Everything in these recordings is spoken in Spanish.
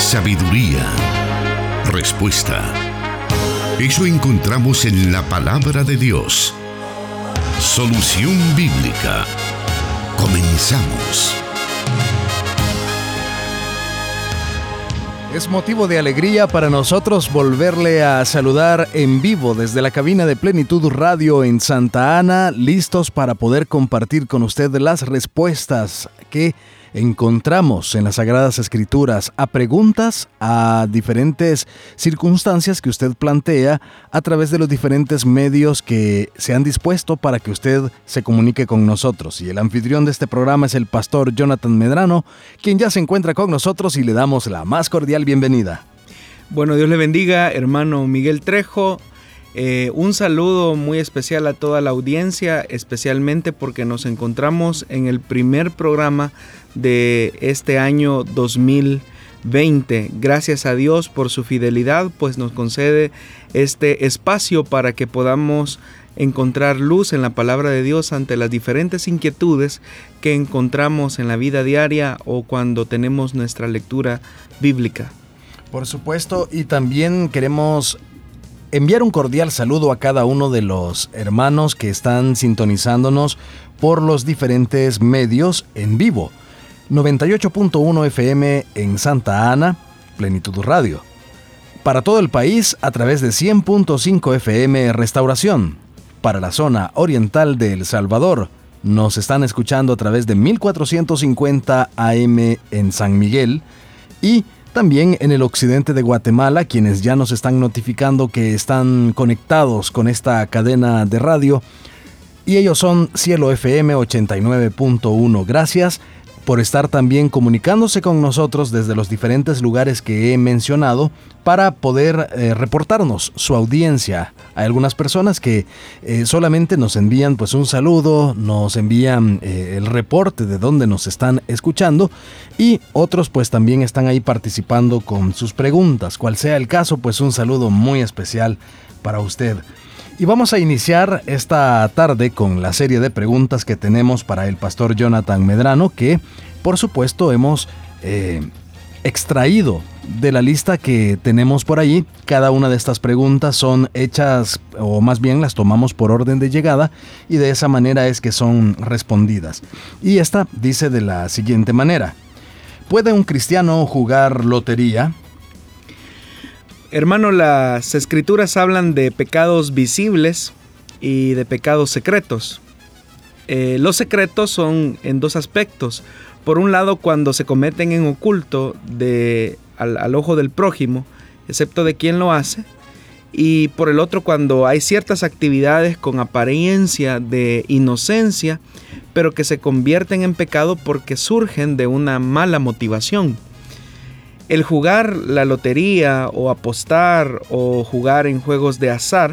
sabiduría, respuesta. Eso encontramos en la palabra de Dios. Solución Bíblica. Comenzamos. Es motivo de alegría para nosotros volverle a saludar en vivo desde la cabina de Plenitud Radio en Santa Ana, listos para poder compartir con usted las respuestas que encontramos en las Sagradas Escrituras a preguntas, a diferentes circunstancias que usted plantea a través de los diferentes medios que se han dispuesto para que usted se comunique con nosotros. Y el anfitrión de este programa es el pastor Jonathan Medrano, quien ya se encuentra con nosotros y le damos la más cordial bienvenida. Bueno, Dios le bendiga, hermano Miguel Trejo. Un saludo muy especial a toda la audiencia, especialmente porque nos encontramos en el primer programa de este año 2020. Gracias a Dios por su fidelidad, pues nos concede este espacio para que podamos encontrar luz en la palabra de Dios ante las diferentes inquietudes que encontramos en la vida diaria o cuando tenemos nuestra lectura bíblica. Por supuesto, y también queremos enviar un cordial saludo a cada uno de los hermanos que están sintonizándonos por los diferentes medios en vivo. 98.1 FM en Santa Ana, Plenitud Radio. Para todo el país a través de 100.5 FM Restauración. Para la zona oriental de El Salvador, nos están escuchando a través de 1450 AM en San Miguel y también en el occidente de Guatemala, quienes ya nos están notificando que están conectados con esta cadena de radio. Y ellos son Cielo FM 89.1. Gracias por estar también comunicándose con nosotros desde los diferentes lugares que he mencionado para poder reportarnos su audiencia. Hay algunas personas que solamente nos envían pues un saludo, nos envían el reporte de dónde nos están escuchando y otros pues también están ahí participando con sus preguntas. Cual sea el caso, pues un saludo muy especial para usted. Y vamos a iniciar esta tarde con la serie de preguntas que tenemos para el pastor Jonathan Medrano, que por supuesto hemos extraído de la lista que tenemos por allí. Cada una de estas preguntas son hechas, o más bien las tomamos por orden de llegada, y de esa manera es que son respondidas. Y esta dice de la siguiente manera: ¿puede un cristiano jugar lotería? Hermano, las escrituras hablan de pecados visibles y de pecados secretos. Los secretos son en dos aspectos. Por un lado, cuando se cometen en oculto al ojo del prójimo, excepto de quien lo hace. Y por el otro, cuando hay ciertas actividades con apariencia de inocencia, pero que se convierten en pecado porque surgen de una mala motivación. El jugar la lotería o apostar o jugar en juegos de azar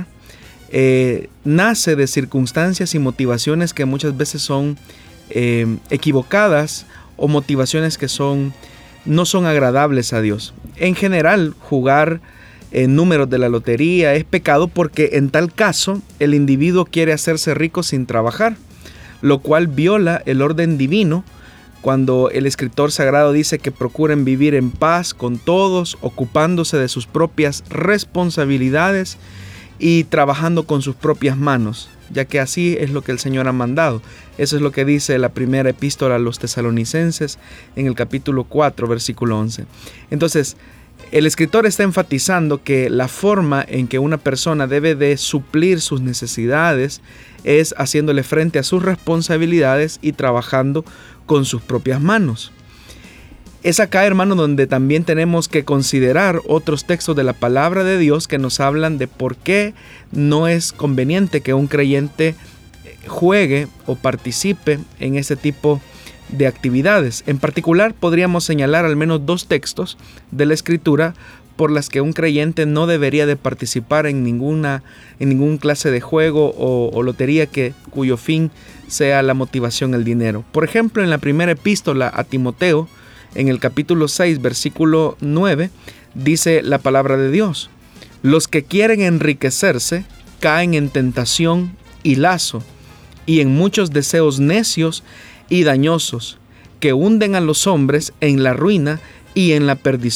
nace de circunstancias y motivaciones que muchas veces son equivocadas o motivaciones que no son agradables a Dios. En general, jugar números de la lotería es pecado porque en tal caso el individuo quiere hacerse rico sin trabajar, lo cual viola el orden divino. Cuando el escritor sagrado dice que procuren vivir en paz con todos, ocupándose de sus propias responsabilidades y trabajando con sus propias manos, ya que así es lo que el Señor ha mandado. Eso es lo que dice la primera epístola a los Tesalonicenses en el capítulo 4, versículo 11. Entonces, el escritor está enfatizando que la forma en que una persona debe de suplir sus necesidades es haciéndole frente a sus responsabilidades y trabajando con sus propias manos. Es acá, hermano, donde también tenemos que considerar otros textos de la palabra de Dios que nos hablan de por qué no es conveniente que un creyente juegue o participe en ese tipo de actividades. En particular, podríamos señalar al menos dos textos de la Escritura por las que un creyente no debería de participar en ningún clase de juego o lotería cuyo fin sea la motivación el dinero. Por ejemplo, en la primera epístola a Timoteo, en el capítulo 6, versículo 9, dice la palabra de Dios: los que quieren enriquecerse caen en tentación y lazo, y en muchos deseos necios y dañosos, que hunden a los hombres en la ruina y en la perdición.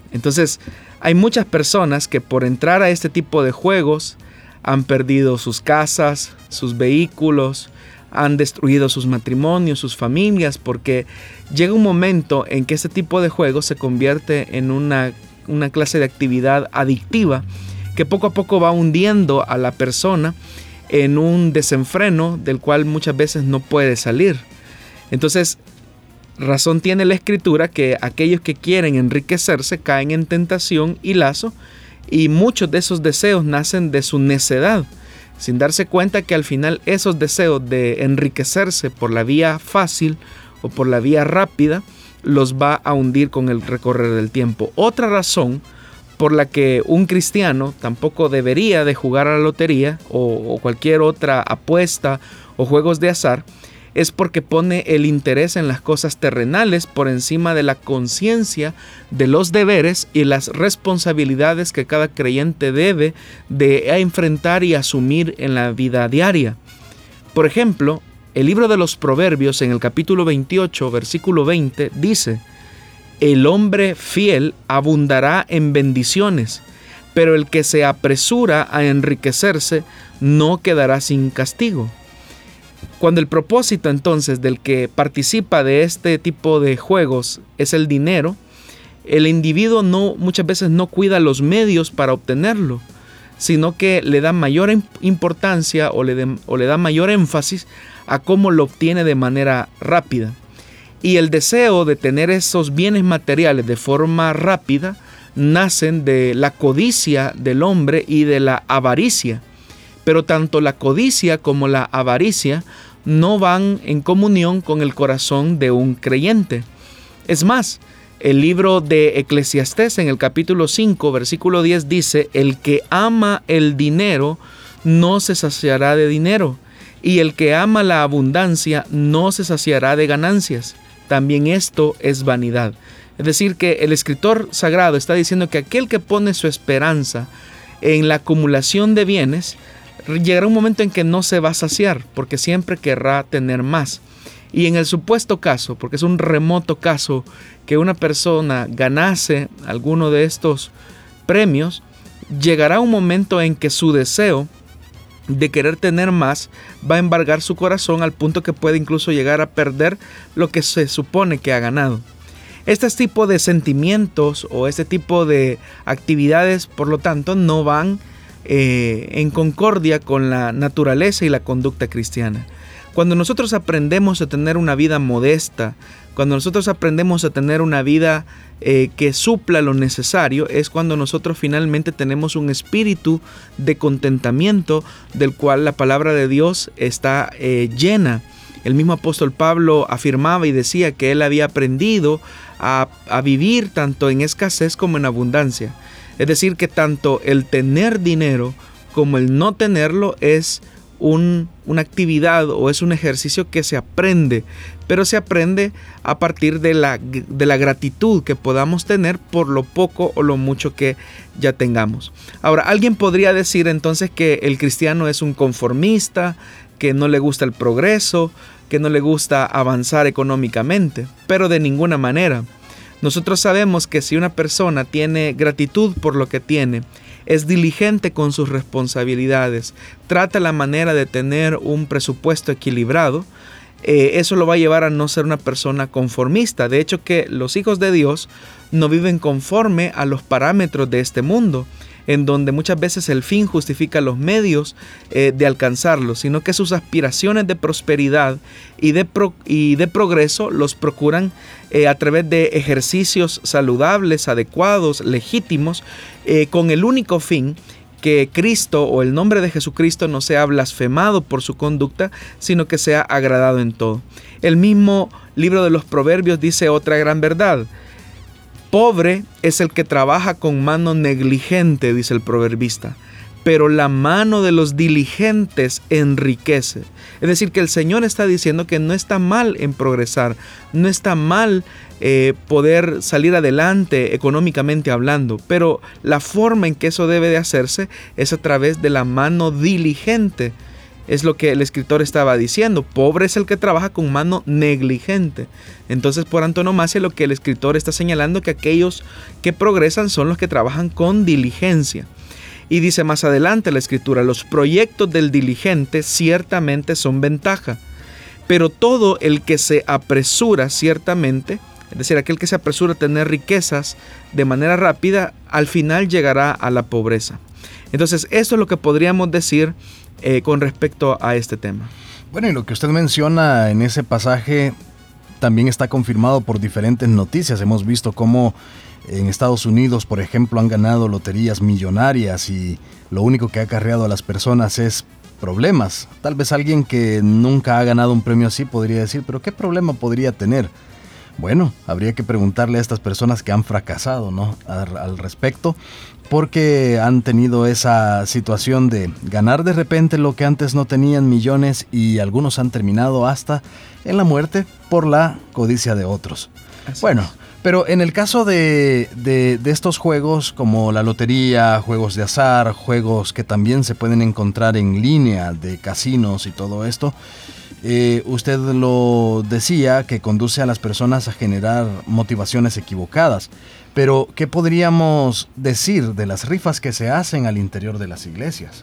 Entonces, hay muchas personas que por entrar a este tipo de juegos han perdido sus casas, sus vehículos, han destruido sus matrimonios, sus familias, porque llega un momento en que este tipo de juegos se convierte en una clase de actividad adictiva que poco a poco va hundiendo a la persona en un desenfreno del cual muchas veces no puede salir. Entonces, razón tiene la Escritura que aquellos que quieren enriquecerse caen en tentación y lazo, y muchos de esos deseos nacen de su necedad, sin darse cuenta que al final esos deseos de enriquecerse por la vía fácil o por la vía rápida los va a hundir con el recorrer del tiempo. Otra razón por la que un cristiano tampoco debería de jugar a la lotería o cualquier otra apuesta o juegos de azar es porque pone el interés en las cosas terrenales por encima de la conciencia de los deberes y las responsabilidades que cada creyente debe de enfrentar y asumir en la vida diaria. Por ejemplo, el libro de los Proverbios en el capítulo 28, versículo 20 dice: el hombre fiel abundará en bendiciones, pero el que se apresura a enriquecerse no quedará sin castigo. Cuando el propósito entonces del que participa de este tipo de juegos es el dinero, el individuo muchas veces no cuida los medios para obtenerlo, sino que le da mayor importancia o le da mayor énfasis a cómo lo obtiene de manera rápida. Y el deseo de tener esos bienes materiales de forma rápida nacen de la codicia del hombre y de la avaricia. Pero tanto la codicia como la avaricia no van en comunión con el corazón de un creyente. Es más, el libro de Eclesiastés en el capítulo 5, versículo 10 dice: el que ama el dinero no se saciará de dinero, y el que ama la abundancia no se saciará de ganancias. También esto es vanidad. Es decir, que el escritor sagrado está diciendo que aquel que pone su esperanza en la acumulación de bienes, llegará un momento en que no se va a saciar, porque siempre querrá tener más. Y en el supuesto caso, porque es un remoto caso, que una persona ganase alguno de estos premios, llegará un momento en que su deseo de querer tener más va a embargar su corazón al punto que puede incluso llegar a perder lo que se supone que ha ganado. Este tipo de sentimientos o este tipo de actividades, por lo tanto, no van en concordia con la naturaleza y la conducta cristiana. Cuando nosotros aprendemos a tener una vida modesta, cuando nosotros aprendemos a tener una vida que supla lo necesario, es cuando nosotros finalmente tenemos un espíritu de contentamiento del cual la palabra de Dios está llena. El mismo apóstol Pablo afirmaba y decía que él había aprendido a vivir tanto en escasez como en abundancia. Es decir, que tanto el tener dinero como el no tenerlo es una actividad o es un ejercicio que se aprende, pero se aprende a partir de la gratitud que podamos tener por lo poco o lo mucho que ya tengamos. Ahora, alguien podría decir entonces que el cristiano es un conformista, que no le gusta el progreso, que no le gusta avanzar económicamente, pero de ninguna manera. Nosotros sabemos que si una persona tiene gratitud por lo que tiene, es diligente con sus responsabilidades, trata la manera de tener un presupuesto equilibrado, eso lo va a llevar a no ser una persona conformista. De hecho, que los hijos de Dios no viven conforme a los parámetros de este mundo, en donde muchas veces el fin justifica los medios de alcanzarlo, sino que sus aspiraciones de prosperidad y de progreso los procuran a través de ejercicios saludables, adecuados, legítimos, con el único fin que Cristo o el nombre de Jesucristo no sea blasfemado por su conducta, sino que sea agradado en todo. El mismo libro de los Proverbios dice otra gran verdad: pobre es el que trabaja con mano negligente, dice el proverbista, pero la mano de los diligentes enriquece. Es decir, que el Señor está diciendo que no está mal en progresar, no está mal poder salir adelante económicamente hablando, pero la forma en que eso debe de hacerse es a través de la mano diligente. Es lo que el escritor estaba diciendo. Pobre es el que trabaja con mano negligente. Entonces, por antonomasia, lo que el escritor está señalando que aquellos que progresan son los que trabajan con diligencia. Y dice más adelante la escritura: los proyectos del diligente ciertamente son ventaja, pero todo el que se apresura ciertamente, es decir, aquel que se apresura a tener riquezas de manera rápida, al final llegará a la pobreza. Entonces, esto es lo que podríamos decir con respecto a este tema. Bueno, y lo que usted menciona en ese pasaje también está confirmado por diferentes noticias. Hemos visto cómo en Estados Unidos, por ejemplo, han ganado loterías millonarias y lo único que ha acarreado a las personas es problemas. Tal vez alguien que nunca ha ganado un premio así podría decir, ¿pero qué problema podría tener? Bueno, habría que preguntarle a estas personas que han fracasado, ¿no?, al respecto, porque han tenido esa situación de ganar de repente lo que antes no tenían, millones, y algunos han terminado hasta en la muerte por la codicia de otros. Bueno, pero en el caso de estos juegos como la lotería, juegos de azar, juegos que también se pueden encontrar en línea de casinos y todo esto, usted lo decía, que conduce a las personas a generar motivaciones equivocadas. Pero, ¿qué podríamos decir de las rifas que se hacen al interior de las iglesias?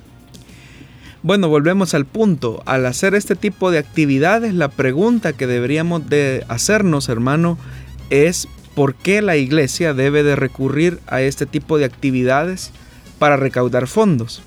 Bueno, volvemos al punto. Al hacer este tipo de actividades, la pregunta que deberíamos de hacernos, hermano, es ¿por qué la iglesia debe de recurrir a este tipo de actividades para recaudar fondos?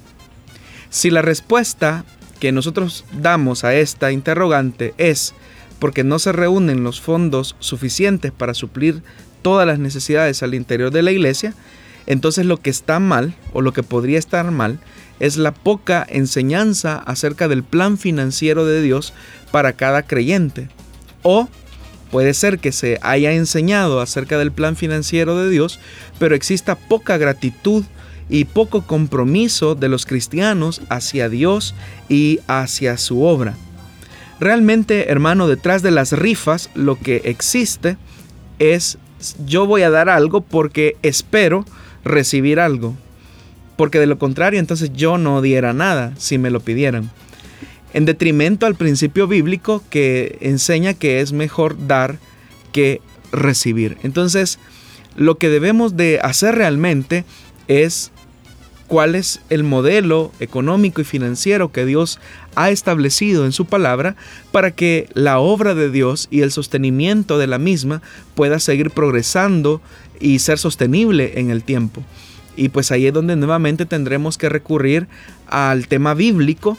Si la respuesta que nosotros damos a esta interrogante es porque no se reúnen los fondos suficientes para suplir todas las necesidades al interior de la iglesia, entonces lo que está mal, o lo que podría estar mal, es la poca enseñanza acerca del plan financiero de Dios para cada creyente. O puede ser que se haya enseñado acerca del plan financiero de Dios, pero exista poca gratitud y poco compromiso de los cristianos hacia Dios y hacia su obra. Realmente, hermano, detrás de las rifas lo que existe es: yo voy a dar algo porque espero recibir algo, porque de lo contrario entonces yo no diera nada si me lo pidieran, en detrimento al principio bíblico que enseña que es mejor dar que recibir. Entonces, lo que debemos de hacer realmente es cuál es el modelo económico y financiero que Dios ha establecido en su palabra para que la obra de Dios y el sostenimiento de la misma pueda seguir progresando y ser sostenible en el tiempo. Y pues ahí es donde nuevamente tendremos que recurrir al tema bíblico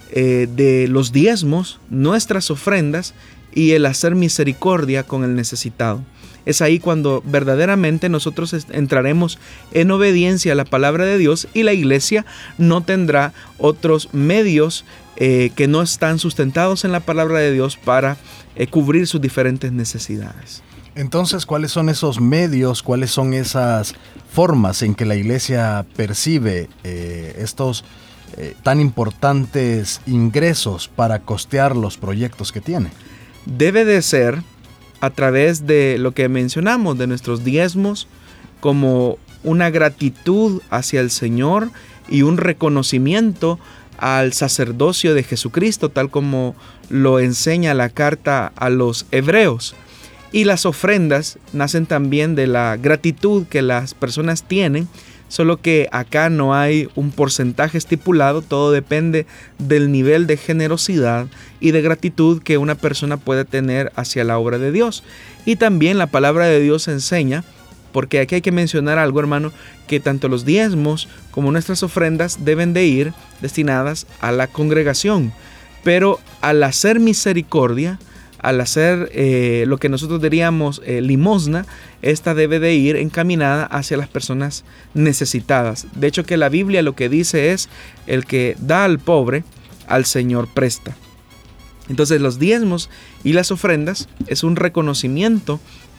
de los diezmos, nuestras ofrendas y el hacer misericordia con el necesitado. Es ahí cuando verdaderamente nosotros entraremos en obediencia a la palabra de Dios y la iglesia no tendrá otros medios que no están sustentados en la palabra de Dios para cubrir sus diferentes necesidades. Entonces, ¿cuáles son esos medios, cuáles son esas formas en que la iglesia percibe estos tan importantes ingresos para costear los proyectos que tiene? Debe de ser a través de lo que mencionamos, de nuestros diezmos, como una gratitud hacia el Señor y un reconocimiento al sacerdocio de Jesucristo, tal como lo enseña la carta a los hebreos. Y las ofrendas nacen también de la gratitud que las personas tienen, solo que acá no hay un porcentaje estipulado, todo depende del nivel de generosidad y de gratitud que una persona puede tener hacia la obra de Dios. Y también la palabra de Dios enseña, porque aquí hay que mencionar algo, hermano, que tanto los diezmos como nuestras ofrendas deben de ir destinadas a la congregación, pero al hacer misericordia, al hacer lo que nosotros diríamos limosna, esta debe de ir encaminada hacia las personas necesitadas. De hecho, que la Biblia lo que dice es: el que da al pobre, al Señor presta. Entonces, los diezmos y las ofrendas es un reconocimiento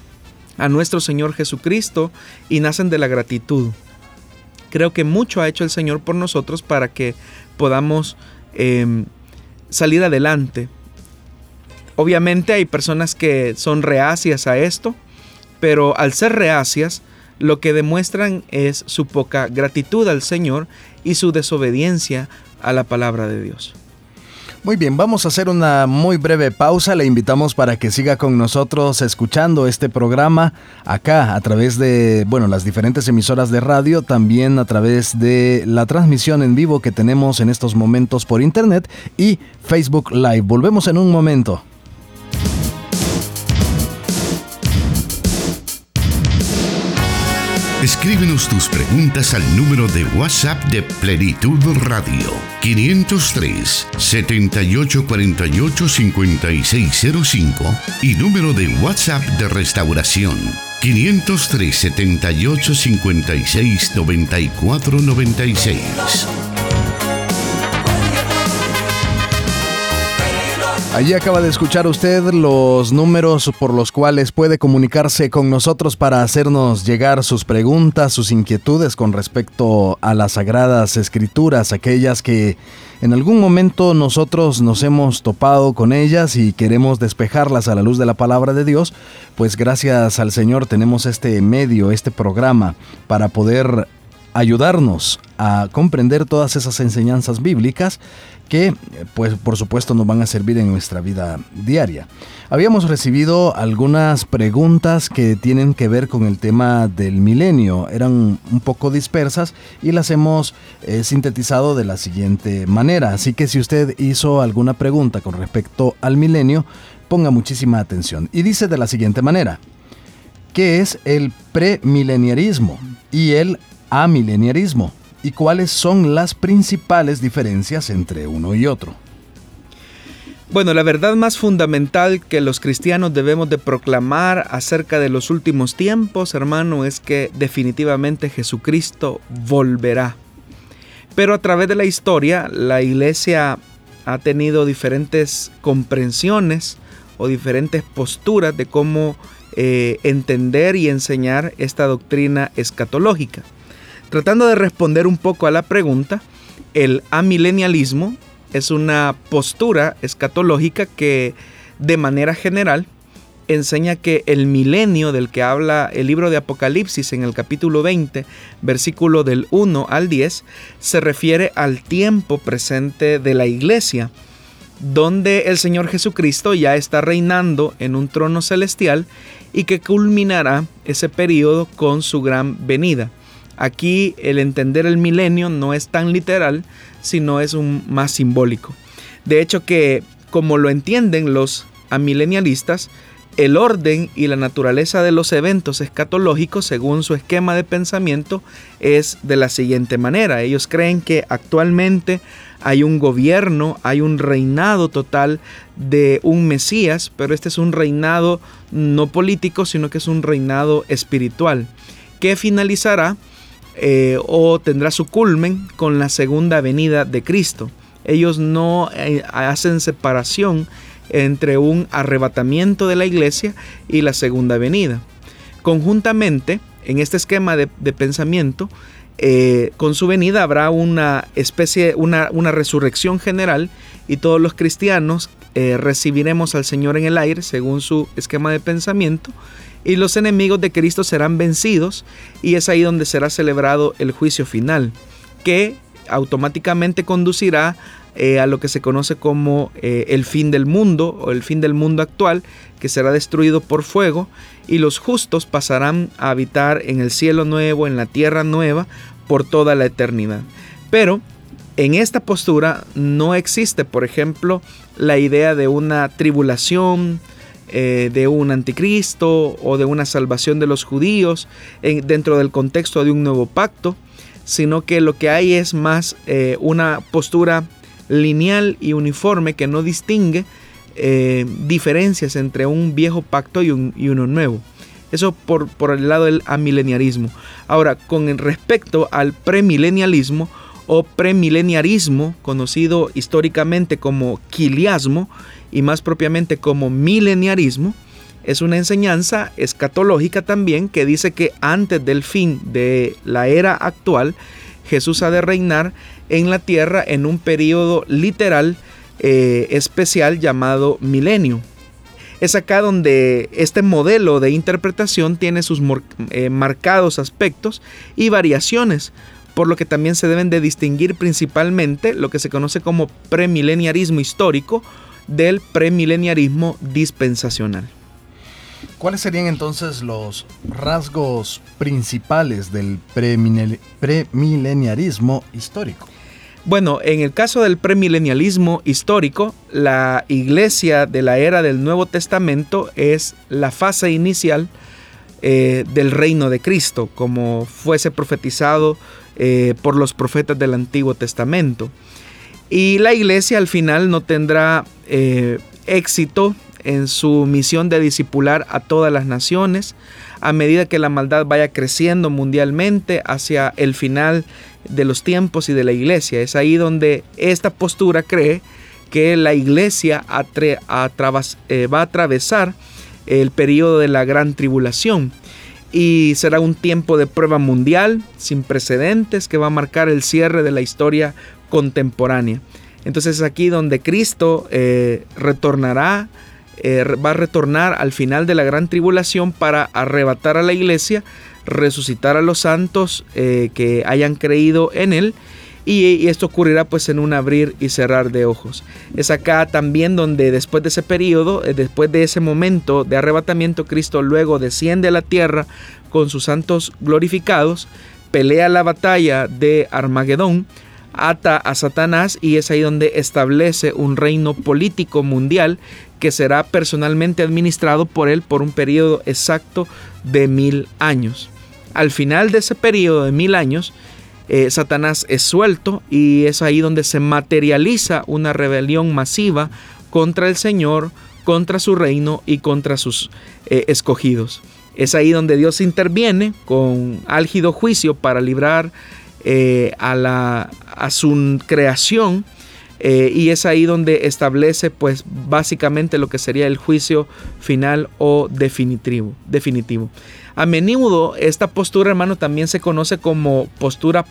a nuestro Señor Jesucristo y nacen de la gratitud. Creo que mucho ha hecho el Señor por nosotros para que podamos salir adelante. Obviamente hay personas que son reacias a esto, pero al ser reacias, lo que demuestran es su poca gratitud al Señor y su desobediencia a la palabra de Dios. Muy bien, vamos a hacer una muy breve pausa. Le invitamos para que siga con nosotros escuchando este programa acá a través de, las diferentes emisoras de radio, también a través de la transmisión en vivo que tenemos en estos momentos por internet y Facebook Live. Volvemos en un momento. Escríbenos tus preguntas al número de WhatsApp de Plenitud Radio, 503-7848-5605 y número de WhatsApp de Restauración, 503-7856-9496. Allí acaba de escuchar usted los números por los cuales puede comunicarse con nosotros para hacernos llegar sus preguntas, sus inquietudes con respecto a las Sagradas Escrituras, aquellas que en algún momento nosotros nos hemos topado con ellas y queremos despejarlas a la luz de la palabra de Dios. Pues gracias al Señor tenemos este medio, este programa para poder ayudarnos a comprender todas esas enseñanzas bíblicas que, pues, por supuesto, nos van a servir en nuestra vida diaria. Habíamos recibido algunas preguntas que tienen que ver con el tema del milenio. Eran un poco dispersas y las hemos sintetizado de la siguiente manera. Así que si usted hizo alguna pregunta con respecto al milenio, ponga muchísima atención. Y dice de la siguiente manera: ¿qué es el premileniarismo y el amileniarismo? ¿Y cuáles son las principales diferencias entre uno y otro? Bueno, la verdad más fundamental que los cristianos debemos de proclamar acerca de los últimos tiempos, hermano, es que definitivamente Jesucristo volverá. Pero a través de la historia, la Iglesia ha tenido diferentes comprensiones o diferentes posturas de cómo entender y enseñar esta doctrina escatológica. Tratando de responder un poco a la pregunta, el amilenialismo es una postura escatológica que de manera general enseña que el milenio del que habla el libro de Apocalipsis en el capítulo 20, versículo del 1 al 10, se refiere al tiempo presente de la iglesia, donde el Señor Jesucristo ya está reinando en un trono celestial y que culminará ese periodo con su gran venida. Aquí el entender el milenio no es tan literal, sino es más simbólico. De hecho que, como lo entienden los amilenialistas, el orden y la naturaleza de los eventos escatológicos, según su esquema de pensamiento, es de la siguiente manera. Ellos creen que actualmente hay un gobierno, hay un reinado total de un Mesías, pero este es un reinado no político, sino que es un reinado espiritual, que finalizará o tendrá su culmen con la segunda venida de Cristo. Ellos no hacen separación entre un arrebatamiento de la iglesia y la segunda venida. Conjuntamente, en este esquema de pensamiento, con su venida habrá una resurrección general y todos los cristianos recibiremos al Señor en el aire según su esquema de pensamiento, y los enemigos de Cristo serán vencidos, y es ahí donde será celebrado el juicio final, que automáticamente conducirá a lo que se conoce como el fin del mundo, o el fin del mundo actual, que será destruido por fuego, y los justos pasarán a habitar en el cielo nuevo, en la tierra nueva, por toda la eternidad. Pero en esta postura no existe, por ejemplo, la idea de una tribulación, de un anticristo o de una salvación de los judíos dentro del contexto de un nuevo pacto, sino que lo que hay es más una postura lineal y uniforme que no distingue diferencias entre un viejo pacto y uno nuevo. Eso por el lado del amileniarismo. Ahora, con respecto al premilenialismo o premileniarismo, conocido históricamente como quiliasmo y más propiamente como mileniarismo, es una enseñanza escatológica también que dice que antes del fin de la era actual, Jesús ha de reinar en la tierra en un periodo literal especial llamado milenio. Es acá donde este modelo de interpretación tiene sus marcados aspectos y variaciones, por lo que también se deben de distinguir principalmente lo que se conoce como premileniarismo histórico del premileniarismo dispensacional. ¿Cuáles serían entonces los rasgos principales del premileniarismo histórico? Bueno, en el caso del premilenialismo histórico, la iglesia de la era del Nuevo Testamento es la fase inicial del reino de Cristo, como fuese profetizado por los profetas del Antiguo Testamento. Y la iglesia al final no tendrá éxito en su misión de discipular a todas las naciones a medida que la maldad vaya creciendo mundialmente hacia el final de los tiempos y de la iglesia. Es ahí donde esta postura cree que la iglesia va a atravesar el periodo de la gran tribulación y será un tiempo de prueba mundial sin precedentes que va a marcar el cierre de la historia contemporánea. Entonces es aquí donde Cristo va a retornar al final de la gran tribulación para arrebatar a la iglesia, resucitar a los santos que hayan creído en él, y esto ocurrirá pues en un abrir y cerrar de ojos. Es acá también donde después de ese periodo, después de ese momento de arrebatamiento, Cristo luego desciende a la tierra con sus santos glorificados, pelea la batalla de Armagedón, ata a Satanás, y es ahí donde establece un reino político mundial que será personalmente administrado por él por un periodo exacto de 1000 años. Al final de ese periodo de 1000 años, Satanás es suelto, y es ahí donde se materializa una rebelión masiva contra el Señor, contra su reino y contra sus escogidos. Es ahí donde Dios interviene con álgido juicio para librar a su creación, y es ahí donde establece pues básicamente lo que sería el juicio final o definitivo. A menudo esta postura, hermano, también se conoce como postura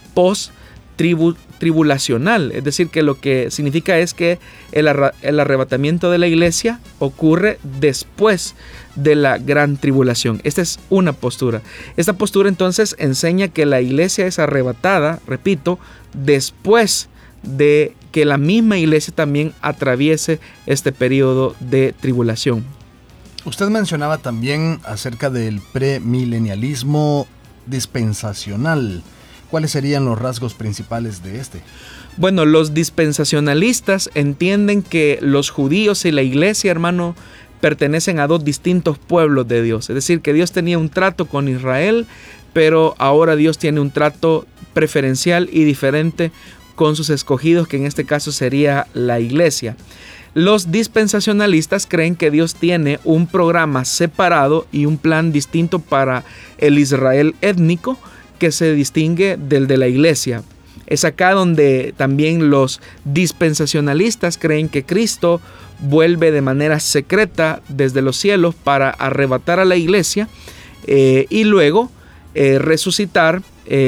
post-tribulacional, es decir, que lo que significa es que el arrebatamiento de la iglesia ocurre después de la gran tribulación. Esta es una postura. Esta postura entonces enseña que la iglesia es arrebatada, repito, después de que la misma iglesia también atraviese este periodo de tribulación. Usted mencionaba también acerca del premilenialismo dispensacional. ¿Cuáles serían los rasgos principales de este? Bueno, los dispensacionalistas entienden que los judíos y la iglesia, hermano, pertenecen a dos distintos pueblos de Dios. Es decir, que Dios tenía un trato con Israel, pero ahora Dios tiene un trato preferencial y diferente con sus escogidos, que en este caso sería la iglesia. Los dispensacionalistas creen que Dios tiene un programa separado y un plan distinto para el Israel étnico que se distingue del de la iglesia. Es acá donde también los dispensacionalistas creen que Cristo vuelve de manera secreta desde los cielos para arrebatar a la iglesia y luego resucitar.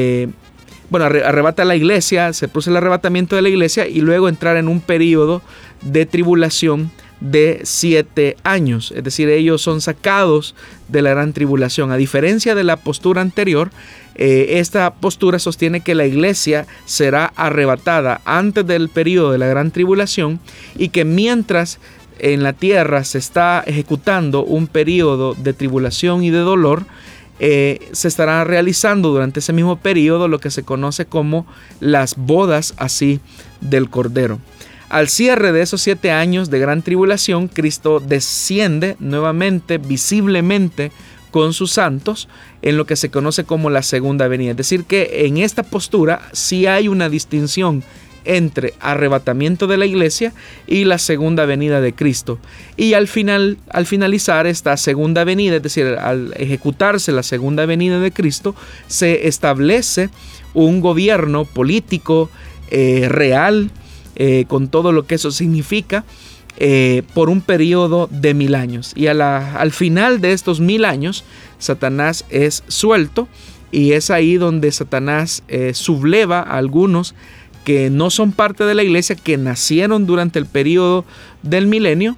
Arrebata a la iglesia, se produce el arrebatamiento de la iglesia y luego entrar en un periodo de tribulación de 7 años. Es decir, ellos son sacados de la gran tribulación. A diferencia de la postura anterior, esta postura sostiene que la iglesia será arrebatada antes del periodo de la gran tribulación y que mientras en la tierra se está ejecutando un periodo de tribulación y de dolor, se estará realizando durante ese mismo periodo lo que se conoce como las bodas así del Cordero. Al cierre de esos 7 años de gran tribulación, Cristo desciende nuevamente, visiblemente, con sus santos en lo que se conoce como la segunda venida. Es decir, que en esta postura sí hay una distinción entre arrebatamiento de la iglesia y la segunda venida de Cristo. Y al finalizar esta segunda venida, es decir, al ejecutarse la segunda venida de Cristo, se establece un gobierno político real, con todo lo que eso significa, por un periodo de 1000 años. Y al final de estos 1000 años, Satanás es suelto, y es ahí donde Satanás subleva a algunos que no son parte de la iglesia, que nacieron durante el periodo del milenio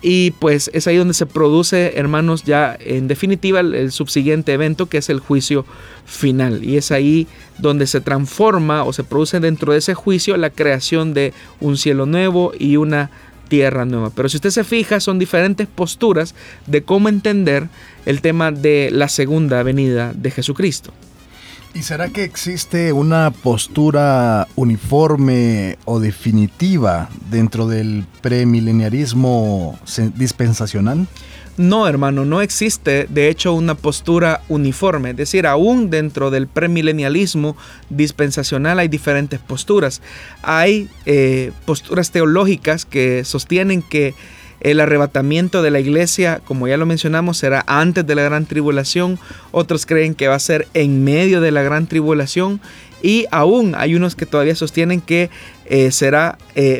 Y pues es ahí donde se produce, hermanos, ya en definitiva el subsiguiente evento, que es el juicio final. Y es ahí donde se transforma o se produce dentro de ese juicio la creación de un cielo nuevo y una tierra nueva. Pero si usted se fija, son diferentes posturas de cómo entender el tema de la segunda venida de Jesucristo. ¿Y será que existe una postura uniforme o definitiva dentro del premileniarismo dispensacional? No, hermano, no existe de hecho una postura uniforme. Es decir, aún dentro del premilenialismo dispensacional hay diferentes posturas. Hay posturas teológicas que sostienen que el arrebatamiento de la iglesia, como ya lo mencionamos, será antes de la gran tribulación. Otros creen que va a ser en medio de la gran tribulación. Y aún hay unos que todavía sostienen que será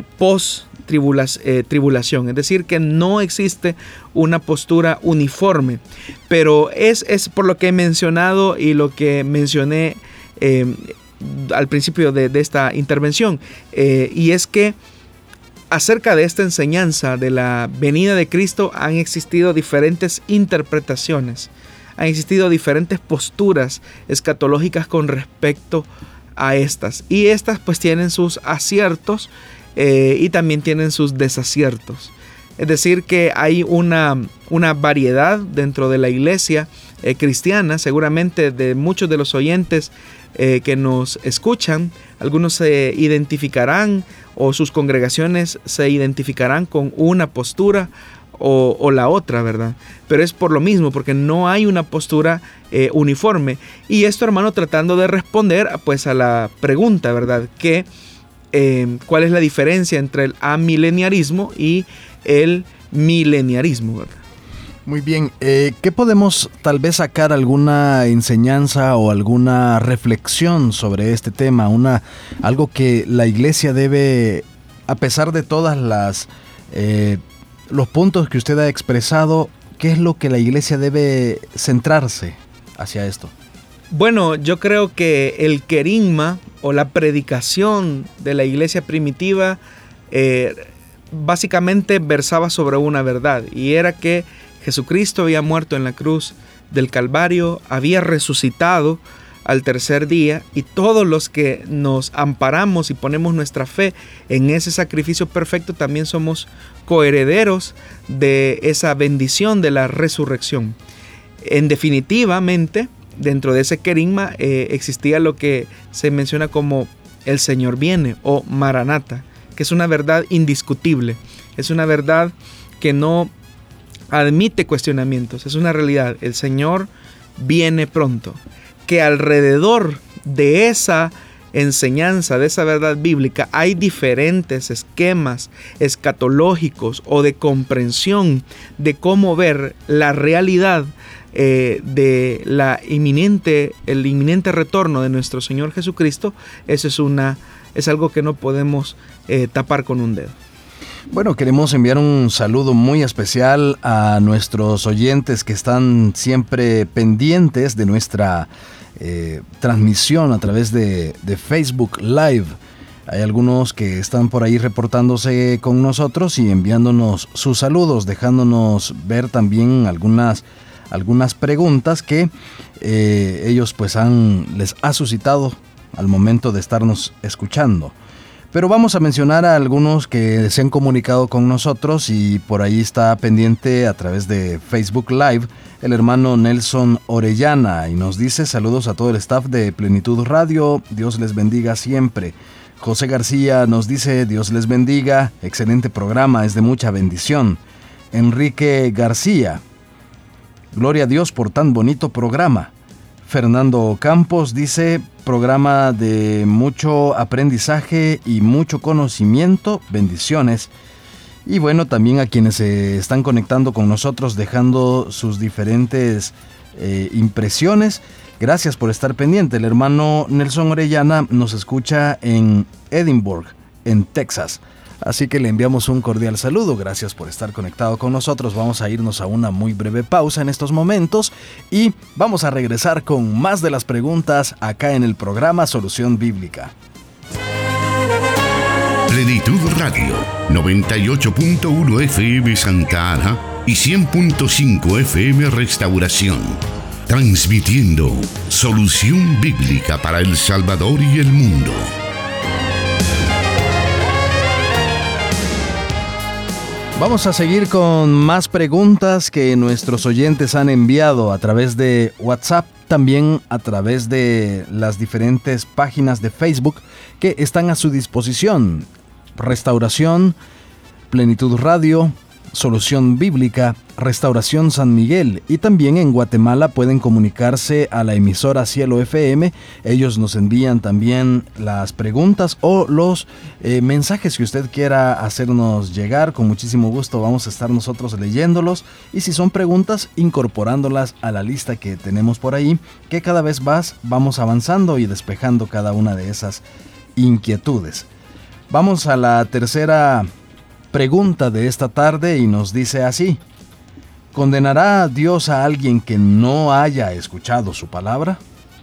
post-tribulación. Es decir, que no existe una postura uniforme. Pero es por lo que he mencionado y lo que mencioné al principio de esta intervención. Y es que acerca de esta enseñanza de la venida de Cristo han existido diferentes interpretaciones, han existido diferentes posturas escatológicas con respecto a estas. Y estas pues tienen sus aciertos y también tienen sus desaciertos. Es decir, que hay una variedad dentro de la iglesia cristiana, seguramente de muchos de los oyentes que nos escuchan. Algunos se identificarán o sus congregaciones se identificarán con una postura o la otra, ¿verdad? Pero es por lo mismo, porque no hay una postura uniforme. Y esto, hermano, tratando de responder pues a la pregunta, ¿verdad? Que ¿cuál es la diferencia entre el amileniarismo y el mileniarismo, ¿verdad? Muy bien, ¿qué podemos tal vez sacar alguna enseñanza o alguna reflexión sobre este tema? Algo que la iglesia debe, a pesar de todas los puntos que usted ha expresado, ¿qué es lo que la iglesia debe centrarse hacia esto? Bueno, yo creo que el querigma o la predicación de la iglesia primitiva básicamente versaba sobre una verdad, y era que Jesucristo había muerto en la cruz del Calvario, había resucitado al tercer día, y todos los que nos amparamos y ponemos nuestra fe en ese sacrificio perfecto también somos coherederos de esa bendición de la resurrección. En definitivamente, dentro de ese querigma existía lo que se menciona como el Señor viene o Maranata, que es una verdad indiscutible, es una verdad que no admite cuestionamientos, es una realidad. El Señor viene pronto. Que alrededor de esa enseñanza, de esa verdad bíblica, hay diferentes esquemas escatológicos o de comprensión de cómo ver la realidad de el inminente retorno de nuestro Señor Jesucristo. Eso es algo que no podemos tapar con un dedo. Bueno, queremos enviar un saludo muy especial a nuestros oyentes que están siempre pendientes de nuestra transmisión a través de Facebook Live. Hay algunos que están por ahí reportándose con nosotros y enviándonos sus saludos, dejándonos ver también algunas preguntas que ellos pues les ha suscitado al momento de estarnos escuchando. Pero vamos a mencionar a algunos que se han comunicado con nosotros, y por ahí está pendiente a través de Facebook Live el hermano Nelson Orellana, y nos dice: saludos a todo el staff de Plenitud Radio, Dios les bendiga siempre. José García nos dice: Dios les bendiga, excelente programa, es de mucha bendición. Enrique García: gloria a Dios por tan bonito programa. Fernando Campos dice: programa de mucho aprendizaje y mucho conocimiento, bendiciones. Y bueno, también a quienes se están conectando con nosotros, dejando sus diferentes impresiones. Gracias por estar pendiente. El hermano Nelson Orellana nos escucha en Edinburgh, en Texas. Así que le enviamos un cordial saludo. Gracias por estar conectado con nosotros. Vamos a irnos a una muy breve pausa en estos momentos y vamos a regresar con más de las preguntas acá en el programa Solución Bíblica. Plenitud Radio, 98.1 FM Santa Ana y 100.5 FM Restauración. Transmitiendo solución bíblica para El Salvador y el mundo. Vamos a seguir con más preguntas que nuestros oyentes han enviado a través de WhatsApp, también a través de las diferentes páginas de Facebook que están a su disposición. Restauración, Plenitud Radio, Solución Bíblica, Restauración San Miguel, y también en Guatemala pueden comunicarse a la emisora Cielo FM. Ellos nos envían también las preguntas o los mensajes que usted quiera hacernos llegar. Con muchísimo gusto vamos a estar nosotros leyéndolos, y si son preguntas, incorporándolas a la lista que tenemos por ahí, que cada vez más vamos avanzando y despejando cada una de esas inquietudes. Vamos a la tercera pregunta de esta tarde y nos dice así: ¿condenará Dios a alguien que no haya escuchado su palabra?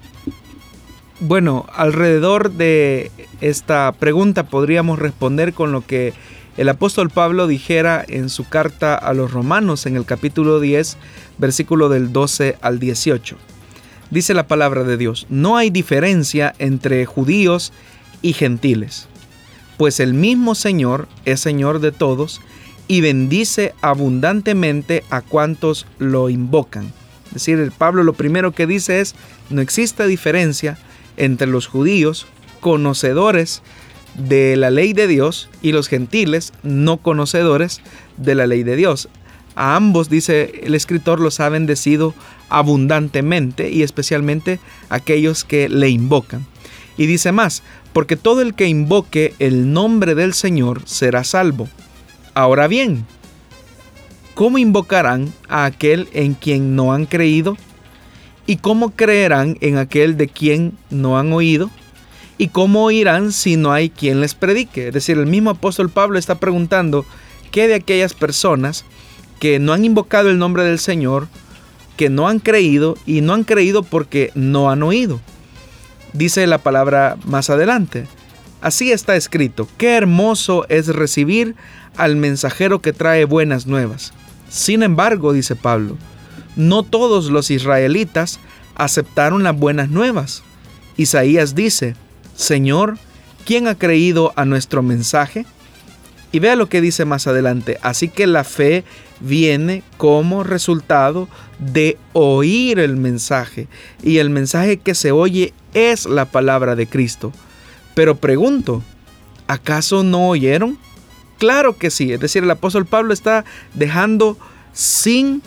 Bueno, alrededor de esta pregunta podríamos responder con lo que el apóstol Pablo dijera en su carta a los Romanos en el capítulo 10, versículo del 12 al 18. Dice la palabra de Dios: no hay diferencia entre judíos y gentiles, pues el mismo Señor es Señor de todos y bendice abundantemente a cuantos lo invocan. Es decir, el Pablo lo primero que dice es: no existe diferencia entre los judíos, conocedores de la ley de Dios, y los gentiles, no conocedores de la ley de Dios. A ambos, dice el escritor, los ha bendecido abundantemente, y especialmente aquellos que le invocan. Y dice más: porque todo el que invoque el nombre del Señor será salvo. Ahora bien, ¿cómo invocarán a aquel en quien no han creído? ¿Y cómo creerán en aquel de quien no han oído? ¿Y cómo oirán si no hay quien les predique? Es decir, el mismo apóstol Pablo está preguntando: ¿qué de aquellas personas que no han invocado el nombre del Señor, que no han creído, y no han creído porque no han oído? Dice la palabra más adelante: así está escrito, qué hermoso es recibir al mensajero que trae buenas nuevas. Sin embargo, dice Pablo, no todos los israelitas aceptaron las buenas nuevas. Isaías dice: Señor, ¿quién ha creído a nuestro mensaje? Y vea lo que dice más adelante: así que la fe viene como resultado de oír el mensaje, y el mensaje que se oye es la palabra de Cristo. Pero pregunto, ¿acaso no oyeron? Claro que sí. Es decir, el apóstol Pablo está dejando sin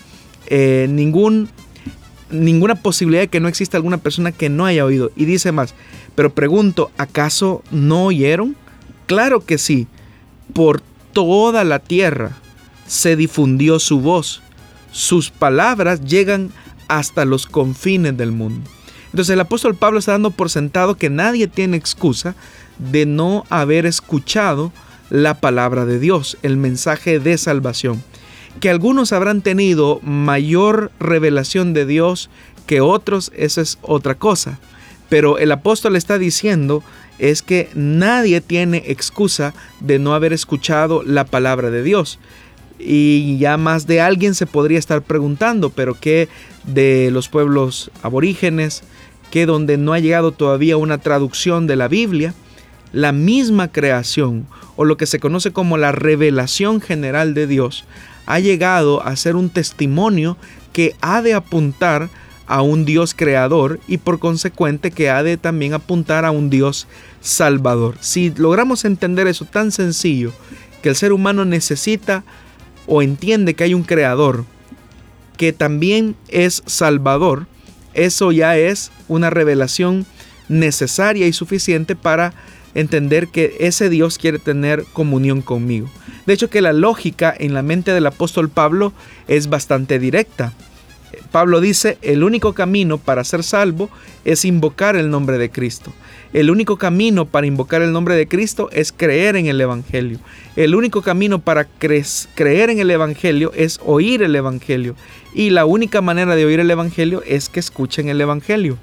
ninguna posibilidad de que no exista alguna persona que no haya oído. Y dice más: pero pregunto, ¿acaso no oyeron? Claro que sí. Por toda la tierra se difundió su voz. Sus palabras llegan hasta los confines del mundo. Entonces el apóstol Pablo está dando por sentado que nadie tiene excusa de no haber escuchado la palabra de Dios, el mensaje de salvación. Que algunos habrán tenido mayor revelación de Dios que otros, eso es otra cosa. Pero el apóstol está diciendo es que nadie tiene excusa de no haber escuchado la palabra de Dios. Y ya más de alguien se podría estar preguntando: ¿pero qué de los pueblos aborígenes? ¿Qué donde no ha llegado todavía una traducción de la Biblia? La misma creación, o lo que se conoce como la revelación general de Dios, ha llegado a ser un testimonio que ha de apuntar a un Dios creador, y por consecuente que ha de también apuntar a un Dios salvador. Si logramos entender eso tan sencillo, que el ser humano necesita o entiende que hay un creador que también es salvador, eso ya es una revelación necesaria y suficiente para entender que ese Dios quiere tener comunión conmigo. De hecho, que la lógica en la mente del apóstol Pablo es bastante directa. Pablo dice: el único camino para ser salvo es invocar el nombre de Cristo. El único camino para invocar el nombre de Cristo es creer en el Evangelio. El único camino para creer en el Evangelio es oír el Evangelio. Y la única manera de oír el Evangelio es que escuchen el Evangelio.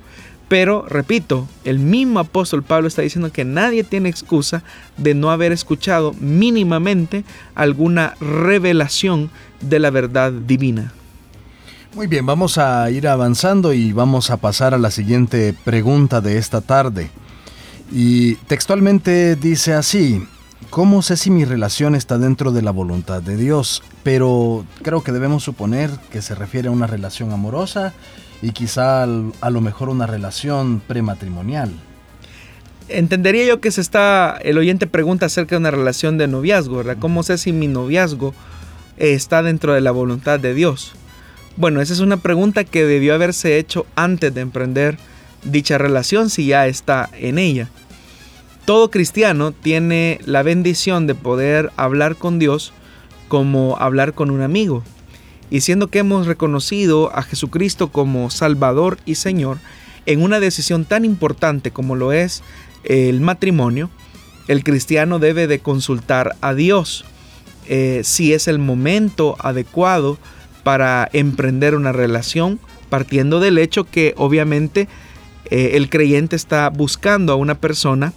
Pero, repito, el mismo apóstol Pablo está diciendo que nadie tiene excusa de no haber escuchado mínimamente alguna revelación de la verdad divina. Muy bien, vamos a ir avanzando y vamos a pasar a la siguiente pregunta de esta tarde. Y textualmente dice así: ¿cómo sé si mi relación está dentro de la voluntad de Dios? Pero creo que debemos suponer que se refiere a una relación amorosa y quizá a lo mejor una relación prematrimonial. Entendería yo que el oyente pregunta acerca de una relación de noviazgo, ¿verdad? ¿Cómo sé si mi noviazgo está dentro de la voluntad de Dios? Bueno, esa es una pregunta que debió haberse hecho antes de emprender dicha relación, si ya está en ella. Todo cristiano tiene la bendición de poder hablar con Dios como hablar con un amigo. Y siendo que hemos reconocido a Jesucristo como Salvador y Señor, en una decisión tan importante como lo es el matrimonio, el cristiano debe de consultar a Dios si es el momento adecuado para emprender una relación, partiendo del hecho que obviamente el creyente está buscando a una persona